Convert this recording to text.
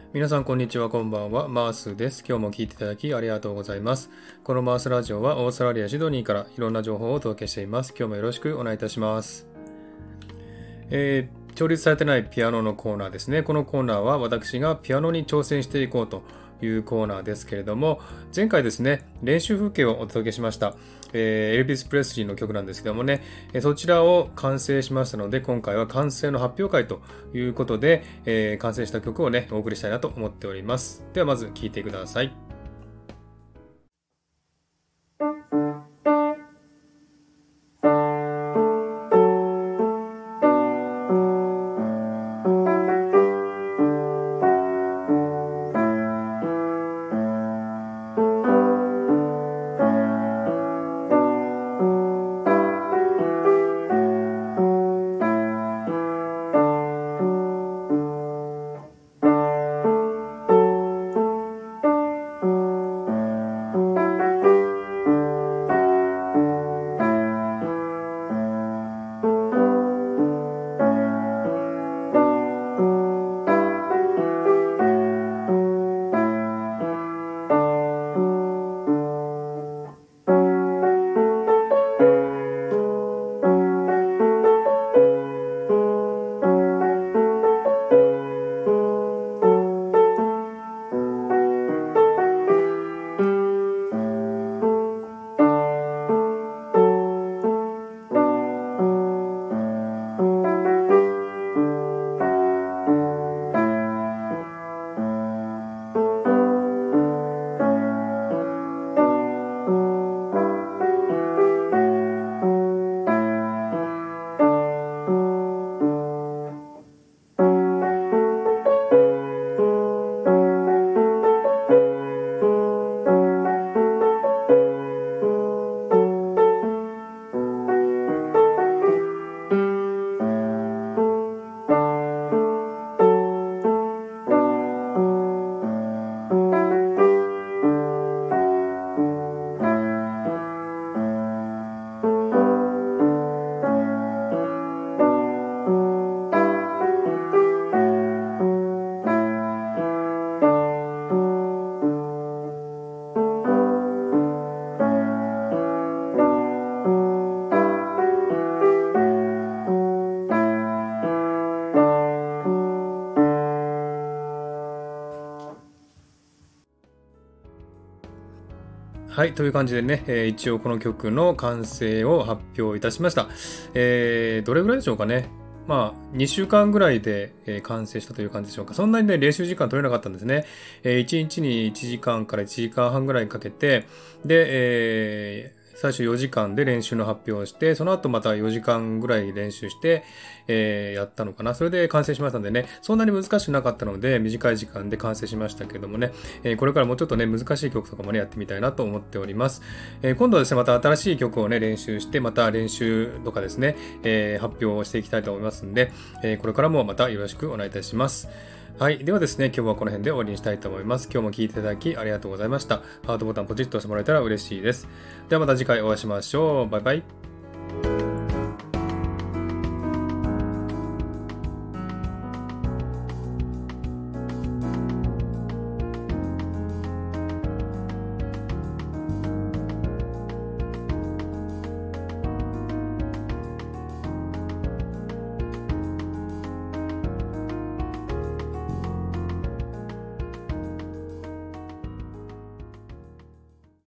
皆さんこんにちは、こんばんは。マースです。今日も聞いていただきありがとうございます。このマースラジオはオーストラリア・シドニーからいろんな情報をお届けしています。今日もよろしくお願いいたします。調律されてないピアノのコーナーですね。このコーナーは私がピアノに挑戦していこうというコーナーですけれども、前回ですね、練習風景をお届けしました。エルビス・プレスリーの曲なんですけどもね、そちらを完成しましたので、今回は完成の発表会ということで、完成した曲をね、お送りしたいなと思っております。ではまず聴いてください。はい、という感じでね、一応この曲の完成を発表いたしました。どれぐらいでしょうかね。2週間ぐらいで、完成したという感じでしょうか。そんなにね、練習時間取れなかったんですね。1日に1時間から1時間半ぐらいかけて、で、最初4時間で練習の発表をして、その後また4時間ぐらい練習して、やったのかな。それで完成しましたんでね、そんなに難しくなかったので、短い時間で完成しましたけれどもね、これからもうちょっとね、難しい曲とかもね、やってみたいなと思っております。今度はですね、また新しい曲をね、練習して、また練習とかですね、発表をしていきたいと思いますんで、これからもまたよろしくお願いいたします。はい。ではですね、今日はこの辺で終わりにしたいと思います。今日も聞いていただきありがとうございました。ハートボタンポチッと押してもらえたら嬉しいです。ではまた次回お会いしましょう。バイバイ。